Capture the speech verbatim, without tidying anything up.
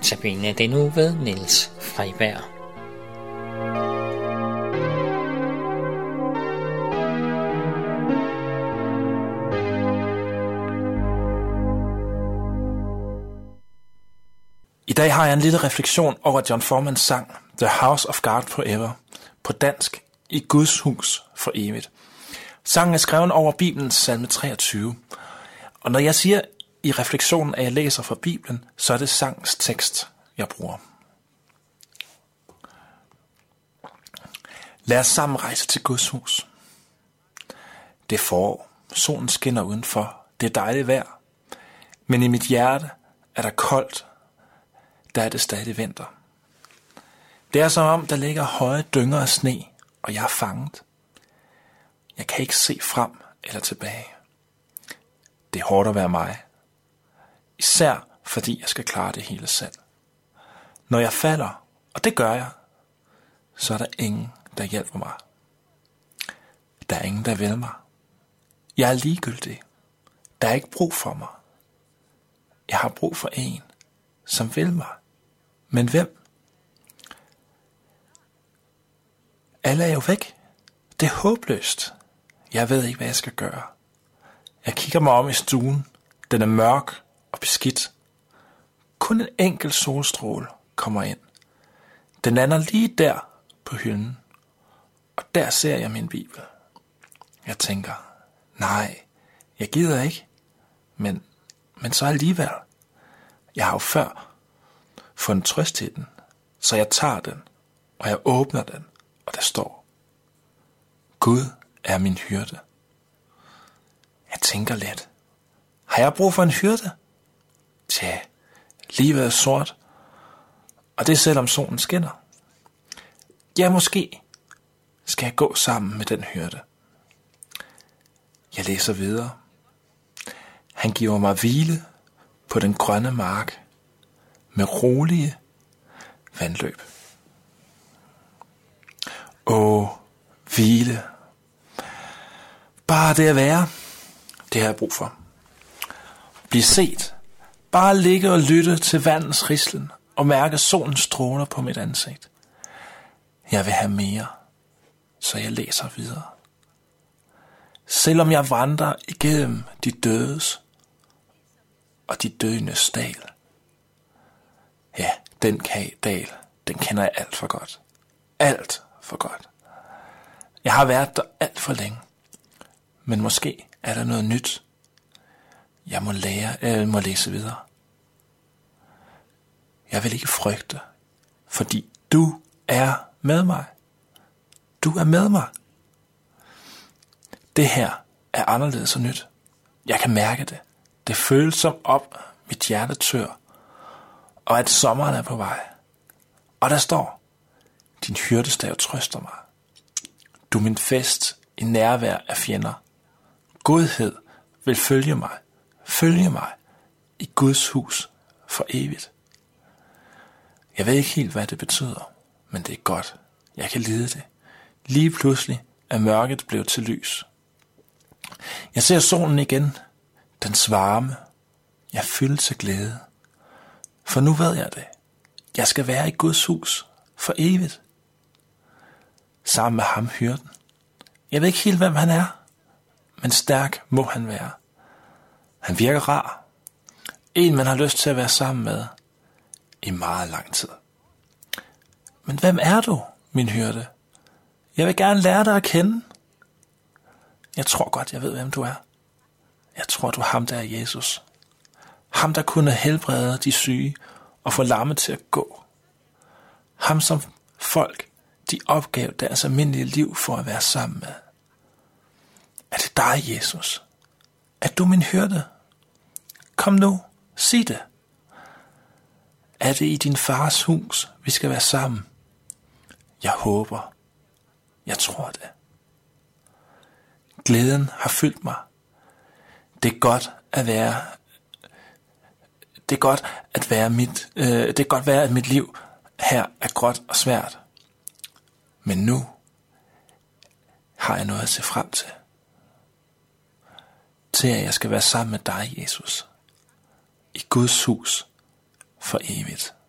Notabene den nu ved Niels Friberg. I dag har jeg en lille refleksion over John Formans sang The House of God Forever, på dansk I Guds hus for evigt. Sangen er skrevet over Bibelens salme treogtyve, og når jeg siger i refleksionen, at jeg læser fra Bibelen, så er det sangens tekst, jeg bruger. Lad os sammen rejse til Guds hus. Det er forår, solen skinner udenfor, det er dejligt vejr, men i mit hjerte er der koldt, der er det stadig vinter. Det er som om, der ligger høje dynger af sne, og jeg er fanget. Jeg kan ikke se frem eller tilbage. Det er hårdt at være mig. Især fordi jeg skal klare det hele selv. Når jeg falder, og det gør jeg, så er der ingen, der hjælper mig. Der er ingen, der vil mig. Jeg er ligegyldig. Der er ikke brug for mig. Jeg har brug for en, som vil mig. Men hvem? Alle er jo væk. Det er håbløst. Jeg ved ikke, hvad jeg skal gøre. Jeg kigger mig om i stuen. Den er mørk og beskidt. Kun en enkelt solstråle kommer ind. Den lander lige der på hylden. Og der ser jeg min bibel. Jeg tænker, nej, jeg gider ikke. Men, men så alligevel. Jeg har jo før fundet trøst i den, så jeg tager den, og jeg åbner den, og der står, Gud er min hyrde. Jeg tænker lidt, har jeg brug for en hyrde? Tja, livet er sort, og det er selvom solen skinner. Ja, måske skal jeg gå sammen med den hyrde. Jeg læser videre. Han giver mig hvile på den grønne mark med rolige vandløb. Åh, hvile. Bare det at være, det har jeg brug for. Bliv set. Bare ligge og lytte til vandens rislen og mærke solens stråler på mit ansigt. Jeg vil have mere, så jeg læser videre. Selvom jeg vandrer igennem de dødes og de døendes dal. Ja, den dal, den kender jeg alt for godt. Alt for godt. Jeg har været der alt for længe. Men måske er der noget nyt. Jeg må lære, øh, må læse videre. Jeg vil ikke frygte, fordi du er med mig. Du er med mig. Det her er anderledes og nyt. Jeg kan mærke det. Det føles som op, mit hjerte tør, og at sommeren er på vej. Og der står, din hyrdestav trøster mig. Du er min fest i nærvær af fjender. Godhed vil følge mig, følge mig i Guds hus for evigt. Jeg ved ikke helt, hvad det betyder, men det er godt. Jeg kan lide det. Lige pludselig er mørket blevet til lys. Jeg ser solen igen, dens varme. Jeg fylder til glæde. For nu ved jeg det. Jeg skal være i Guds hus for evigt. Sammen med ham hyrden. Jeg ved ikke helt, hvem han er, men stærk må han være. Han virker rar. En, man har lyst til at være sammen med i meget lang tid. Men hvem er du, min hyrde? Jeg vil gerne lære dig at kende. Jeg tror godt, jeg ved, hvem du er. Jeg tror, du er ham, der er Jesus. Ham, der kunne helbrede de syge og få lamme til at gå. Ham, som folk, de opgav deres almindelige liv for at være sammen med. Er det dig, Jesus? Er du min hyrde? Kom nu, sig det. Er det i din fars hus, vi skal være sammen? Jeg håber. Jeg tror det. Glæden har fyldt mig. Det er godt at være. Det er godt at være mit. Øh, det er godt at være, at mit liv her er gråt og svært. Men nu har jeg noget at se frem til. Til at jeg skal være sammen med dig, Jesus. I Guds hus for evigt.